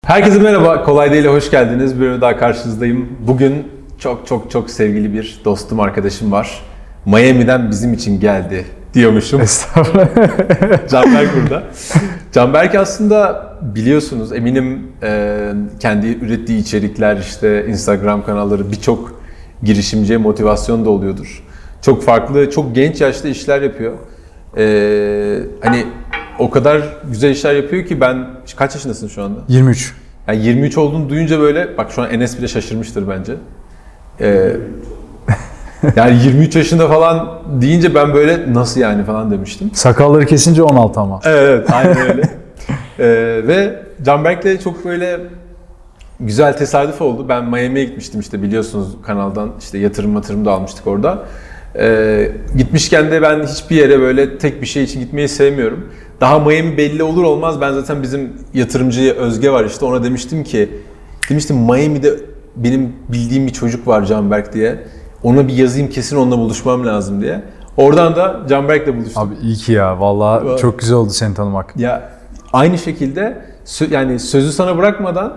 Herkese merhaba, Kolay Değil'e hoş geldiniz. Bir bölüm daha karşınızdayım. Bugün çok sevgili bir dostum, arkadaşım var. Miami'den bizim için geldi diyormuşum. Estağfurullah. Canberk burada. Canberk aslında biliyorsunuz, eminim kendi ürettiği içerikler, işte Instagram kanalları birçok girişimciye motivasyon da oluyordur. Çok farklı, çok genç yaşta işler yapıyor. Hani o kadar güzel işler yapıyor ki kaç yaşındasın şu anda? 23. Yani 23 olduğunu duyunca böyle, bak şu an Enes bile şaşırmıştır bence. Yani 23 yaşında falan deyince ben böyle nasıl yani falan demiştim. Sakalları kesince 16 ama. Evet, aynen öyle. Ve Canberk'le çok böyle güzel tesadüf oldu. Ben Miami'ye gitmiştim, işte biliyorsunuz kanaldan, işte yatırım da almıştık orada. Gitmişken de ben hiçbir yere böyle tek bir şey için gitmeyi sevmiyorum. Daha Miami belli olur olmaz, ben zaten bizim yatırımcı Özge var, işte ona demiştim Miami'de benim bildiğim bir çocuk var Canberk diye. Ona bir yazayım, kesin onunla buluşmam lazım diye. Oradan da Canberk'le buluştum. Abi iyi ki ya. Vallahi çok güzel oldu seni tanımak. Ya aynı şekilde yani sözü sana bırakmadan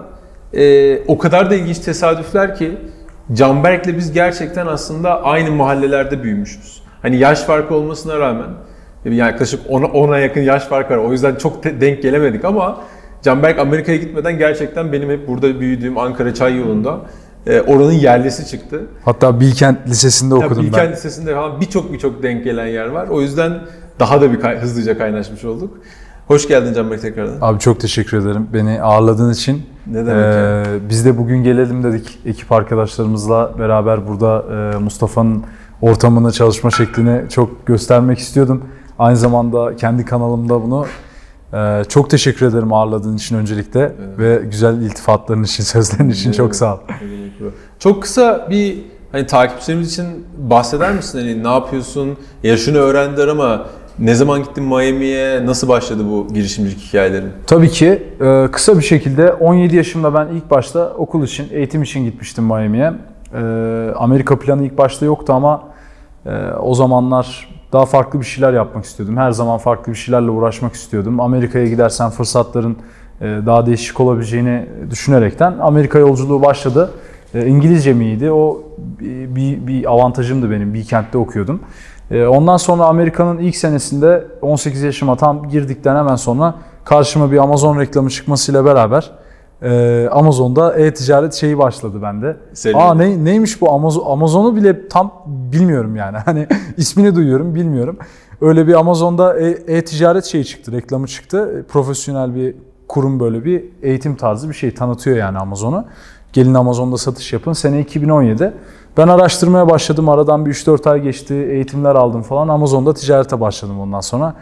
o kadar da ilginç tesadüfler ki Canberk'le biz gerçekten aslında aynı mahallelerde büyümüşüz. Hani yaş farkı olmasına rağmen yaklaşık 10'a yakın yaş farkı var. O yüzden çok denk gelemedik ama Canberk Amerika'ya gitmeden gerçekten benim hep burada büyüdüğüm Ankara Çayyolu'nda oranın yerlisi çıktı. Hatta Bilkent Lisesi'nde okudum ben. Bilkent Lisesi'nde falan birçok denk gelen yer var. O yüzden daha da hızlıca kaynaşmış olduk. Hoş geldin Canberk tekrardan. Abi çok teşekkür ederim beni ağırladığın için. Ne demek Biz de bugün gelelim dedik ekip arkadaşlarımızla beraber burada Mustafa'nın ortamında çalışma şeklini çok göstermek istiyordum. Aynı zamanda kendi kanalımda bunu. Çok teşekkür ederim ağırladığın için öncelikle, evet. Ve güzel iltifatların için, sözlerin için çok sağ ol. Çok kısa bir takipçilerimiz için bahseder misin? Hani ne yapıyorsun? Yaşını öğrendiler ama ne zaman gittin Miami'ye? Nasıl başladı bu girişimcilik hikayelerin? Tabii ki kısa bir şekilde 17 yaşımda ben ilk başta okul için, eğitim için gitmiştim Miami'ye. Amerika planı ilk başta yoktu ama o zamanlar daha farklı bir şeyler yapmak istiyordum. Her zaman farklı bir şeylerle uğraşmak istiyordum. Amerika'ya gidersen fırsatların daha değişik olabileceğini düşünerekten Amerika yolculuğu başladı. İngilizce miydi? O bir avantajımdı benim. Bilkent'te okuyordum. Ondan sonra Amerika'nın ilk senesinde 18 yaşıma tam girdikten hemen sonra karşıma bir Amazon reklamı çıkmasıyla beraber Amazon'da e-ticaret şeyi başladı bende. Neymiş bu Amazon'u bile tam bilmiyorum yani. Hani ismini duyuyorum, bilmiyorum. Öyle bir Amazon'da e-ticaret şeyi çıktı, reklamı çıktı. Profesyonel bir kurum, böyle bir eğitim tarzı bir şey tanıtıyor yani Amazon'u. Gelin Amazon'da satış yapın. Sene 2017. Ben araştırmaya başladım. Aradan bir 3-4 ay geçti. Eğitimler aldım falan. Amazon'da ticarete başladım ondan sonra.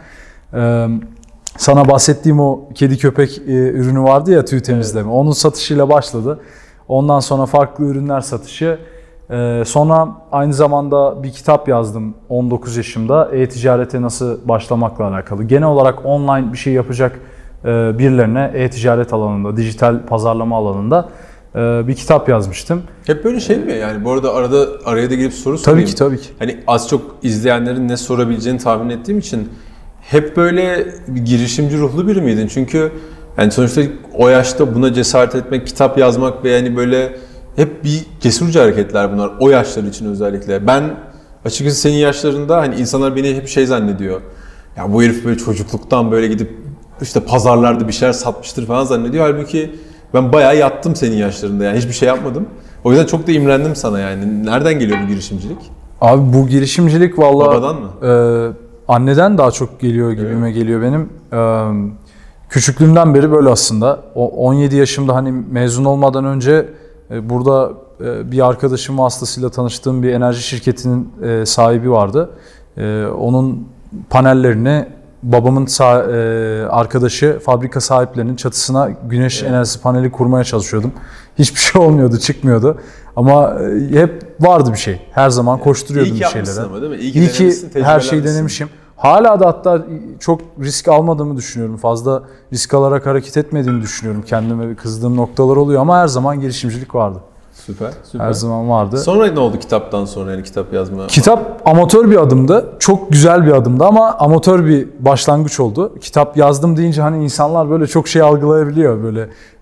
Sana bahsettiğim o kedi köpek ürünü vardı ya, tüy temizleme. Evet. Onun satışıyla başladı. Ondan sonra farklı ürünler satışı. Sonra aynı zamanda bir kitap yazdım 19 yaşımda. E-ticarete nasıl başlamakla alakalı. Genel olarak online bir şey yapacak birilerine e-ticaret alanında, dijital pazarlama alanında bir kitap yazmıştım. Hep böyle şey mi? Yani bu arada araya da girip soru sorayım. Tabii ki. Hani az çok izleyenlerin ne sorabileceğini tahmin ettiğim için hep böyle bir girişimci ruhlu biri miydin? Çünkü yani sonuçta o yaşta buna cesaret etmek, kitap yazmak ve yani böyle hep bir cesurca hareketler bunlar. O yaşlar için özellikle. Ben açıkçası senin yaşlarında hani insanlar beni hep şey zannediyor. Ya bu herif böyle çocukluktan böyle gidip işte pazarlarda bir şeyler satmıştır falan zannediyor. Halbuki ben bayağı yattım senin yaşlarında, yani hiçbir şey yapmadım. O yüzden çok da imrendim sana yani. Nereden geliyor bu girişimcilik? Abi bu girişimcilik vallahi babadan mı? Anneden daha çok geliyor gibime geliyor benim. Küçüklüğümden beri böyle aslında. 17 yaşımda hani mezun olmadan önce burada bir arkadaşım vasıtasıyla tanıştığım bir enerji şirketinin sahibi vardı. Onun panellerini babamın arkadaşı fabrika sahiplerinin çatısına güneş enerjisi paneli kurmaya çalışıyordum. Hiçbir şey olmuyordu, çıkmıyordu. Ama hep vardı bir şey. Her zaman koşturuyordum bir şeylere. Ama değil mi? İyi ki her şeyi denemişim. Hala da hatta çok risk almadığımı düşünüyorum. Fazla risk alarak hareket etmediğimi düşünüyorum. Kendime kızdığım noktalar oluyor ama her zaman girişimcilik vardı. Süper. Her zaman vardı. Sonra ne oldu kitaptan sonra, yani kitap yazma? Kitap amatör bir adımdı. Çok güzel bir adımdı ama amatör bir başlangıç oldu. Kitap yazdım deyince hani insanlar böyle çok şey algılayabiliyor. Böyle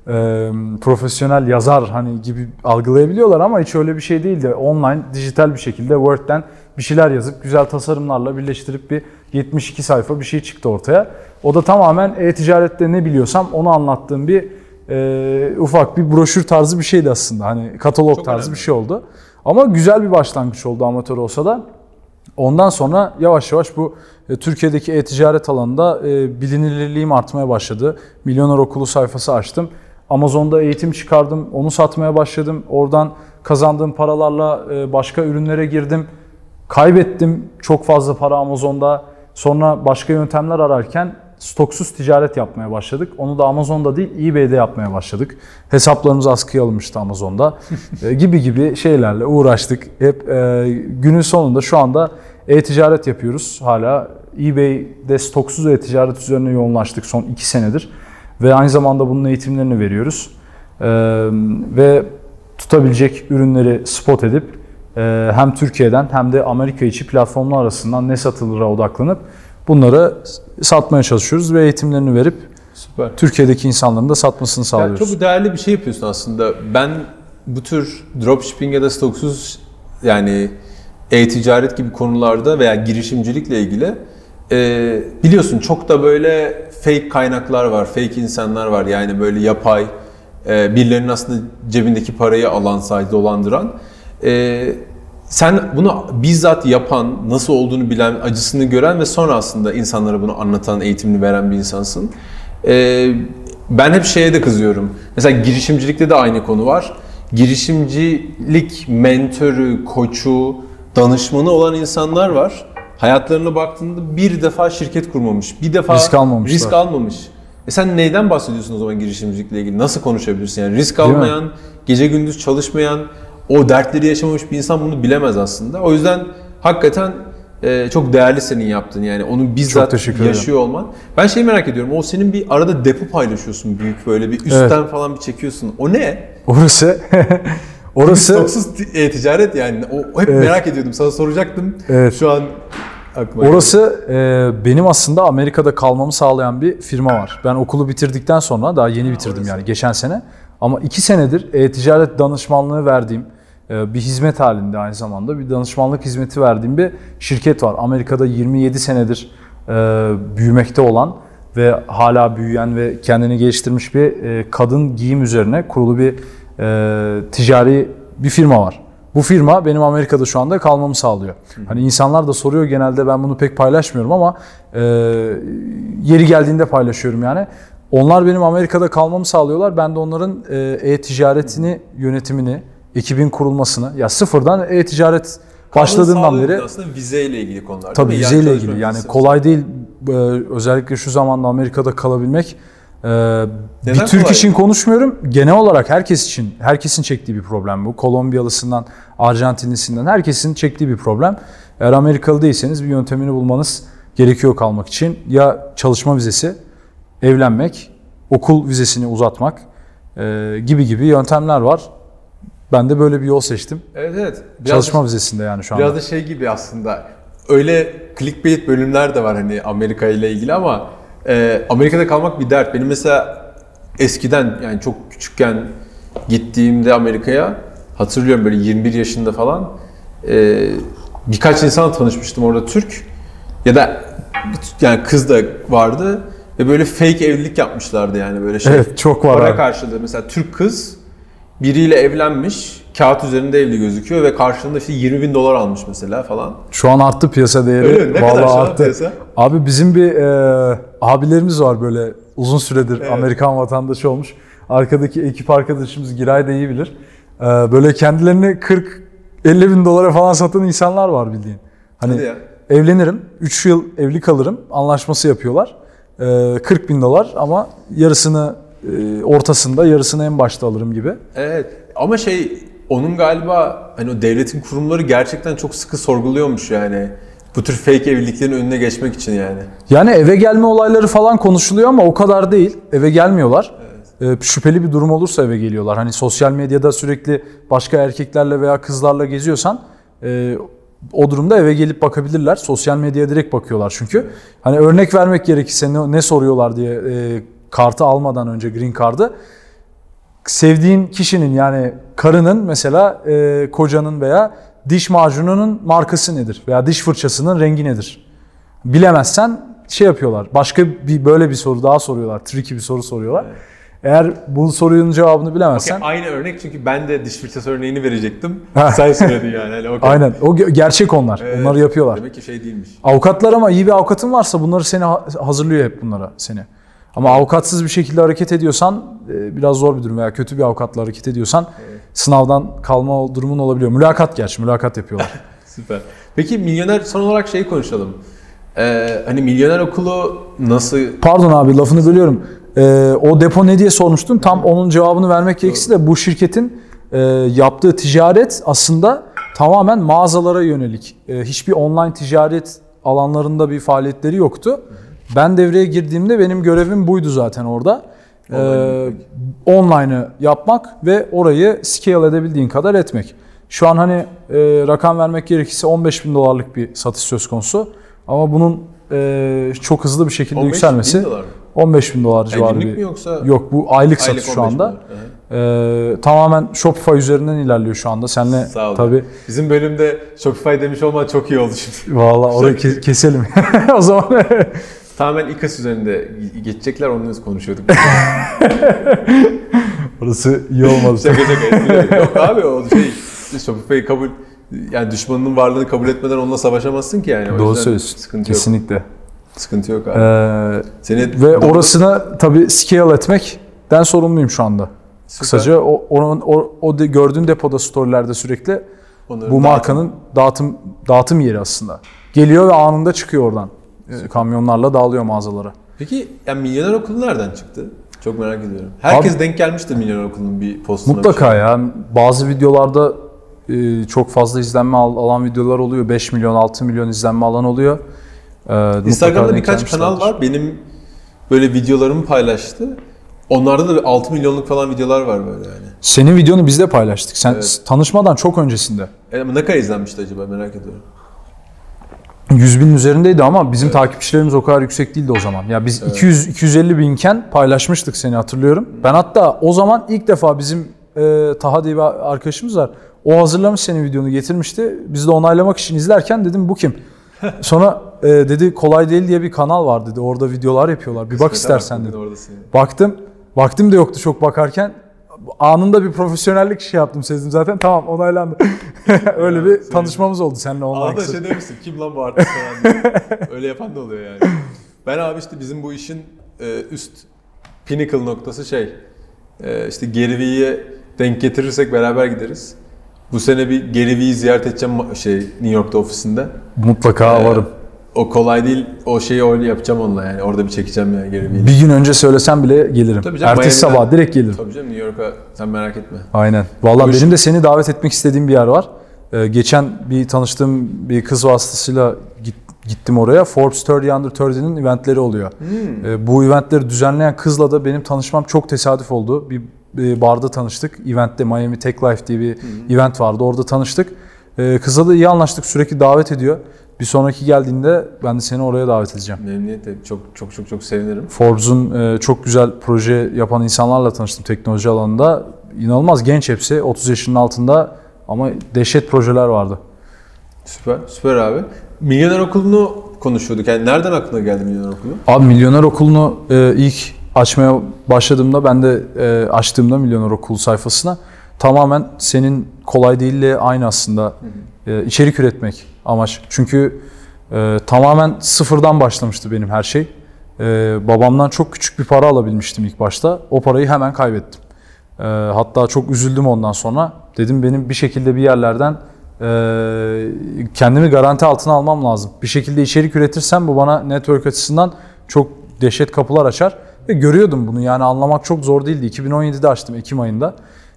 profesyonel yazar hani gibi algılayabiliyorlar ama hiç öyle bir şey değil de online, dijital bir şekilde Word'den bir şeyler yazıp güzel tasarımlarla birleştirip bir 72 sayfa bir şey çıktı ortaya. O da tamamen e-ticarette ne biliyorsam onu anlattığım bir ufak bir broşür tarzı bir şeydi aslında. Hani katalog Çok tarzı önemli. bir şey oldu. Ama güzel bir başlangıç oldu amatör olsa da. Ondan sonra yavaş yavaş bu Türkiye'deki e-ticaret alanında bilinirliğim artmaya başladı. Milyoner Okulu sayfası açtım. Amazon'da eğitim çıkardım, onu satmaya başladım. Oradan kazandığım paralarla başka ürünlere girdim. Kaybettim çok fazla para Amazon'da. Sonra başka yöntemler ararken stoksuz ticaret yapmaya başladık. Onu da Amazon'da değil eBay'de yapmaya başladık. Hesaplarımız askıya alınmıştı Amazon'da. Gibi şeylerle uğraştık. Hep günün sonunda şu anda e-ticaret yapıyoruz. Hala eBay'de stoksuz e-ticaret üzerine yoğunlaştık son 2 senedir. Ve aynı zamanda bunun eğitimlerini veriyoruz. Ve tutabilecek ürünleri spot edip hem Türkiye'den hem de Amerika içi platformlar arasından ne satılır'a odaklanıp bunları satmaya çalışıyoruz ve eğitimlerini verip Süper. Türkiye'deki insanların da satmasını Yani sağlıyoruz. çok değerli bir şey yapıyorsun aslında. Ben bu tür dropshipping ya da stoksuz yani e-ticaret gibi konularda veya girişimcilikle ilgili biliyorsun çok da böyle fake kaynaklar var, fake insanlar var. Yani böyle yapay, birilerinin aslında cebindeki parayı alan, sadece dolandıran. Sen bunu bizzat yapan, nasıl olduğunu bilen, acısını gören ve sonra aslında insanlara bunu anlatan, eğitimini veren bir insansın. Ben hep şeye de kızıyorum. Mesela girişimcilikte de aynı konu var. Girişimcilik mentörü, koçu, danışmanı olan insanlar var. Hayatlarına baktığında bir defa şirket kurmamış, bir defa risk almamış. Sen neyden bahsediyorsun o zaman girişimcilikle ilgili? Nasıl konuşabilirsin? Yani risk almayan, gece gündüz çalışmayan, o dertleri yaşamamış bir insan bunu bilemez aslında. O yüzden hakikaten çok değerli senin yaptığın, yani onu bizzat yaşıyor olman. Ben şeyi merak ediyorum, o senin bir arada depo paylaşıyorsun büyük, böyle bir üstten falan bir çekiyorsun. O ne? Orası stoksuz ticaret yani. O hep merak ediyordum, sana soracaktım. Şu an aklıma orası benim aslında Amerika'da kalmamı sağlayan bir firma var. Ben okulu bitirdikten sonra, daha yeni bitirdim yani geçen sene. Ama 2 senedir e-ticaret danışmanlığı verdiğim, bir hizmet halinde aynı zamanda bir danışmanlık hizmeti verdiğim bir şirket var. Amerika'da 27 senedir büyümekte olan ve hala büyüyen ve kendini geliştirmiş bir kadın giyim üzerine kurulu bir ticari bir firma var. Bu firma benim Amerika'da şu anda kalmamı sağlıyor. Hani insanlar da soruyor, genelde ben bunu pek paylaşmıyorum ama yeri geldiğinde paylaşıyorum yani. Onlar benim Amerika'da kalmamı sağlıyorlar. Ben de onların e-ticaretini, yönetimini, ekibin kurulmasını, ya sıfırdan e-ticaret başladığından beri. Aslında vizeyle ilgili konular. Tabii vizeyle ilgili. Yani kolay değil. Özellikle şu zamanda Amerika'da kalabilmek. Bir Türk için konuşmuyorum. Genel olarak herkes için, herkesin çektiği bir problem bu. Kolombiyalısından, Arjantinlisinden herkesin çektiği bir problem. Eğer Amerikalı değilseniz bir yöntemini bulmanız gerekiyor kalmak için. Ya çalışma vizesi, evlenmek, okul vizesini uzatmak gibi yöntemler var. Ben de böyle bir yol seçtim. Evet. Çalışma vizesinde yani şu anda. Biraz da şey gibi aslında. Öyle clickbait bölümler de var hani Amerika ile ilgili ama Amerika'da kalmak bir dert. Benim mesela eskiden, yani çok küçükken gittiğimde Amerika'ya, hatırlıyorum böyle 21 yaşında falan birkaç insanla tanışmıştım orada, Türk ya da yani kız da vardı ve böyle fake evlilik yapmışlardı yani, böyle şey. Evet, çok var. Para karşılığı mesela Türk kız biriyle evlenmiş, kağıt üzerinde evli gözüküyor ve karşılığında işte $20,000 almış mesela falan. Şu an arttı piyasa değeri. Öyle mi? Ne vallahi kadar şu an arttı. piyasa? Abi bizim bir abilerimiz var böyle uzun süredir Amerikan vatandaşı olmuş. Arkadaki ekip arkadaşımız Giray da iyi bilir. Böyle kendilerini 40-50 bin dolara falan satan insanlar var bildiğin. Hani evlenirim, 3 yıl evli kalırım anlaşması yapıyorlar. $40,000 ama yarısını ortasında, yarısını en başta alırım gibi. Evet ama onun galiba hani o devletin kurumları gerçekten çok sıkı sorguluyormuş yani. Bu tür fake evliliklerin önüne geçmek için yani. Yani eve gelme olayları falan konuşuluyor ama o kadar değil. Eve gelmiyorlar. Evet. Şüpheli bir durum olursa eve geliyorlar. Hani sosyal medyada sürekli başka erkeklerle veya kızlarla geziyorsan o durumda eve gelip bakabilirler. Sosyal medyaya direkt bakıyorlar çünkü. Hani örnek vermek gerekirse ne soruyorlar diye kartı almadan önce, green card'ı. sevdiğin kişinin yani karının mesela kocanın veya diş macununun markası nedir? Veya diş fırçasının rengi nedir? Bilemezsen şey yapıyorlar. Başka böyle bir soru daha soruyorlar. Tricky bir soru soruyorlar. Evet. Eğer bu sorunun cevabını bilemezsen... Okay, aynı örnek çünkü ben de diş fırçası örneğini verecektim. Sen söyledin yani. Hani okay. Aynen. O gerçek onlar. Evet, onları yapıyorlar. Demek ki şey değilmiş. Avukatlar ama iyi bir avukatın varsa bunları seni hazırlıyor hep bunlara seni. Ama avukatsız bir şekilde hareket ediyorsan biraz zor bir durum veya kötü bir avukatla hareket ediyorsan sınavdan kalma durumun olabiliyor. Mülakat yapıyorlar. Süper. Peki milyoner son olarak şeyi konuşalım. Hani milyoner okulu nasıl... Pardon abi lafını bölüyorum. O depo ne diye sormuştun. Tam onun cevabını vermek gerekirse de bu şirketin yaptığı ticaret aslında tamamen mağazalara yönelik. Hiçbir online ticaret alanlarında bir faaliyetleri yoktu. Ben devreye girdiğimde benim görevim buydu zaten orada. Online'ı yapmak ve orayı scale edebildiğin kadar etmek. Şu an hani rakam vermek gerekirse $15.000 bir satış söz konusu. Ama bunun çok hızlı bir şekilde yükselmesi. $15.000 civarı bir. Günlük mü yoksa? Yok bu aylık satış şu anda. Tamamen Shopify üzerinden ilerliyor şu anda. Seninle tabii. Bizim bölümde Shopify demiş olman çok iyi oldu şimdi. Vallahi orayı keselim. O zaman tamamen İKAS üzerinde geçecekler, onu konuşuyorduk. Orası iyi olmadı. Şaka. Yok abi o Shopify'yi kabul, yani düşmanının varlığını kabul etmeden onunla savaşamazsın ki yani. Doğru söylüyorsun. Kesinlikle. Yok. Sıkıntı yok abi. Ve orasını tabii scale etmekten sorumluyum şu anda. Süper. Kısaca o gördüğün depoda, storylerde sürekli onların bu markanın dağıtım yeri aslında. Geliyor ve anında çıkıyor oradan. Kamyonlarla dağılıyor mağazalara. Peki yani milyoner okulu nereden çıktı? Çok merak ediyorum. Herkes denk gelmiştir milyoner okulunun bir postuna. Mutlaka ya. Bazı videolarda çok fazla izlenme alan videolar oluyor. 5 milyon, 6 milyon izlenme alan oluyor. Instagram'da birkaç kanal var. Benim böyle videolarımı paylaştı. Onlarda da 6 milyonluk falan videolar var böyle yani. Senin videonu biz de paylaştık. Sen tanışmadan çok öncesinde. Ne kadar izlenmişti acaba, merak ediyorum. 100.000'in üzerindeydi ama bizim takipçilerimiz o kadar yüksek değildi o zaman. Ya biz 200-250 binken paylaşmıştık seni, hatırlıyorum. Ben hatta o zaman ilk defa bizim Taha diye bir arkadaşımız var. O hazırlamış senin videonu, getirmişti. Biz de onaylamak için izlerken dedim bu kim? Sonra dedi Kolay Değil diye bir kanal var dedi. Orada videolar yapıyorlar. Bir bak istersen dedi. Baktım da yoktu çok bakarken. Anında bir profesyonellik şey yaptım, sezdim zaten. Tamam, onaylandı. Öyle bir tanışmamız oldu seninle online. Anında şey demişsin, kim lan bu artist falan diye. Öyle yapan da oluyor yani. Ben abi işte bizim bu işin üst pinnacle noktası işte Gary Vee'ye denk getirirsek beraber gideriz. Bu sene bir Gary Vee'yi ziyaret edeceğim New York'ta ofisinde. Mutlaka varım. O Kolay Değil, o şeyi öyle yapacağım onunla yani. Orada bir çekeceğim ya Gary Vee'yi. Bir gün önce söylesem bile gelirim. Tabii canım, ertesi sabah direkt gelirim. Tabii canım, New York'a sen merak etme. Aynen. Vallahi benim de seni davet etmek istediğim bir yer var. Geçen bir tanıştığım bir kız vasıtasıyla gittim oraya. Forbes 30 Under 30'nin eventleri oluyor. Bu eventleri düzenleyen kızla da benim tanışmam çok tesadüf oldu. Bir barda tanıştık. Eventte Miami Tech Life diye bir event vardı. Orada tanıştık. Kızla da iyi anlaştık. Sürekli davet ediyor. Bir sonraki geldiğinde ben de seni oraya davet edeceğim. Memnuniyetle. Çok sevinirim. Forbes'un çok güzel proje yapan insanlarla tanıştım teknoloji alanında. İnanılmaz genç hepsi. 30 yaşının altında ama dehşet projeler vardı. Süper abi. Milyoner Okulu'nu konuşuyorduk. Yani nereden aklına geldi Milyoner Okulu? Abi Milyoner Okulu'nu ilk açmaya başladığımda, ben de açtığımda Milyoner Okulu sayfasına tamamen senin Kolay Değil'le aynı aslında içerik üretmek amaç. Çünkü tamamen sıfırdan başlamıştı benim her şey. Babamdan çok küçük bir para alabilmiştim ilk başta. O parayı hemen kaybettim. Hatta çok üzüldüm ondan sonra. Dedim benim bir şekilde bir yerlerden kendimi garanti altına almam lazım. Bir şekilde içerik üretirsem bu bana network açısından çok dehşet kapılar açar. Ve görüyordum bunu, yani anlamak çok zor değildi. 2017'de açtım Ekim ayında.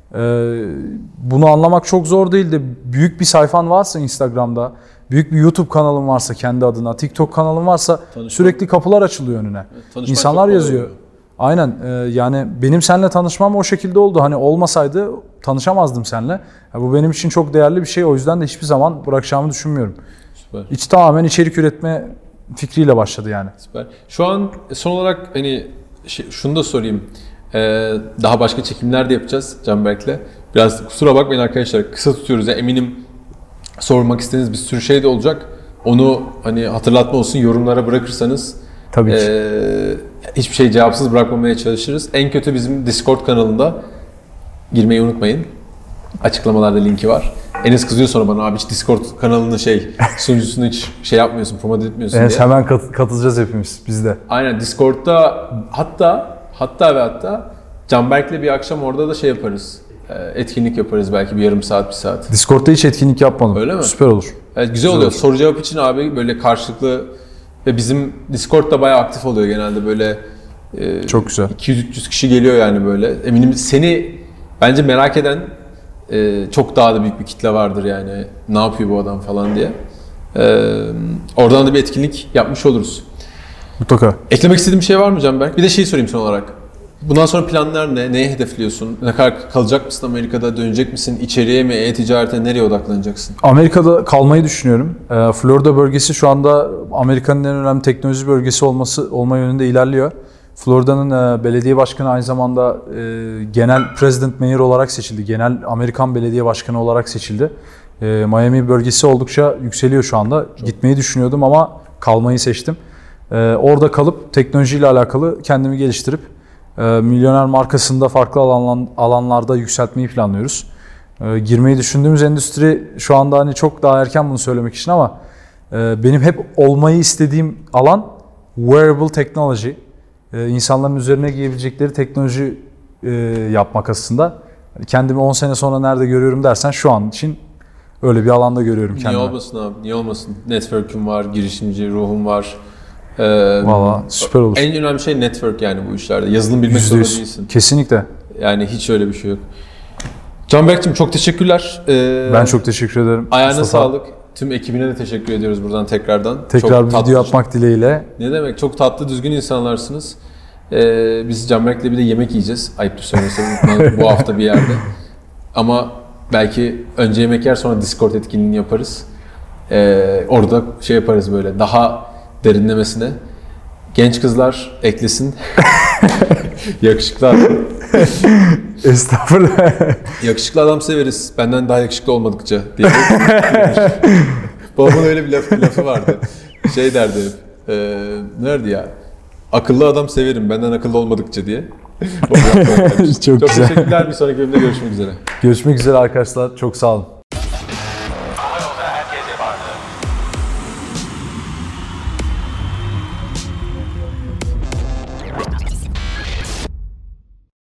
Bunu anlamak çok zor değildi. Büyük bir sayfan varsa Instagram'da, büyük bir YouTube kanalın varsa kendi adına, TikTok kanalın varsa sürekli kapılar açılıyor önüne. İnsanlar yazıyor. Aynen, yani benim seninle tanışmam o şekilde oldu. Hani olmasaydı tanışamazdım seninle. Bu benim için çok değerli bir şey. O yüzden de hiçbir zaman bırakacağımı düşünmüyorum. Süper. Tamamen içerik üretme fikriyle başladı yani. Süper. Şu an son olarak hani şunu da sorayım. Daha başka çekimler de yapacağız Canberk'le. Biraz kusura bakmayın arkadaşlar, kısa tutuyoruz. Yani eminim sormak istediğiniz bir sürü şey de olacak. Onu hani hatırlatma olsun, yorumlara bırakırsanız Tabii ki. hiçbir şey cevapsız bırakmamaya çalışırız. En kötü bizim Discord kanalında girmeyi unutmayın. Açıklamalarda linki var. Enes kızıyor sonra bana, abi hiç Discord kanalının sunucusunu hiç yapmıyorsun, promote etmiyorsun Evet, diye. hemen katılacağız hepimiz biz de. Aynen, Discord'da hatta Canberk'le bir akşam orada da yaparız. Etkinlik yaparız belki bir yarım saat, bir saat. Discord'da hiç etkinlik yapmadım. Öyle mi? Süper olur. Evet, güzel oluyor. Soru cevap için abi böyle karşılıklı ve bizim Discord'da bayağı aktif oluyor genelde böyle. Çok güzel. 200-300 kişi geliyor yani böyle. Eminim seni bence merak eden çok daha da büyük bir kitle vardır yani. Ne yapıyor bu adam falan diye. Oradan da bir etkinlik yapmış oluruz. Mutlaka. Eklemek istediğim bir şey var mı Canberk? Bir de sorayım son olarak. Bundan sonra planlar ne? Neye hedefliyorsun? Ne kadar kalacak mısın Amerika'da? Dönecek misin? İçeriye mi? E-ticarete nereye odaklanacaksın? Amerika'da kalmayı düşünüyorum. Florida bölgesi şu anda Amerika'nın en önemli teknoloji bölgesi olma yönünde ilerliyor. Florida'nın belediye başkanı aynı zamanda genel president mayor olarak seçildi. Genel Amerikan belediye başkanı olarak seçildi. Miami bölgesi oldukça yükseliyor şu anda. Gitmeyi düşünüyordum ama kalmayı seçtim. Orada kalıp teknolojiyle alakalı kendimi geliştirip Milyoner markasında farklı alanlarda yükseltmeyi planlıyoruz. Girmeyi düşündüğümüz endüstri şu anda hani çok daha erken bunu söylemek için ama benim hep olmayı istediğim alan wearable technology. İnsanların üzerine giyebilecekleri teknoloji yapmak aslında. Kendimi 10 sene sonra nerede görüyorum dersen şu an için öyle bir alanda görüyorum kendimi. Niye olmasın abi? Niye olmasın? Network'üm var, girişimci ruhum var. Valla süper olur. En önemli şey network yani bu işlerde. Yazılım bilmek zorunda değilsin. Kesinlikle. Yani hiç öyle bir şey yok. Canberk'cim çok teşekkürler. Ben çok teşekkür ederim. Ayağına Mustafa. sağlık. Tüm ekibine de teşekkür ediyoruz buradan tekrardan. Tekrar çok bir video yapmak dileğiyle. Ne demek? Çok tatlı, düzgün insanlarsınız. Biz Canberk'le bir de yemek yiyeceğiz. Ayıptır söylemesem bu hafta bir yerde. Ama belki önce yemek yer sonra Discord etkinliğini yaparız. Orada yaparız böyle daha derinlemesine. Genç kızlar eklesin. Yakışıklı adam. Estağfurullah. Yakışıklı adam severiz. Benden daha yakışıklı olmadıkça diye. Babamın öyle bir lafı vardı. Derdi hep. Nerede ya? Akıllı adam severim benden akıllı olmadıkça diye. Çok güzel. teşekkürler. Bir sonraki bölümde görüşmek üzere. Görüşmek üzere arkadaşlar. Çok sağ olun.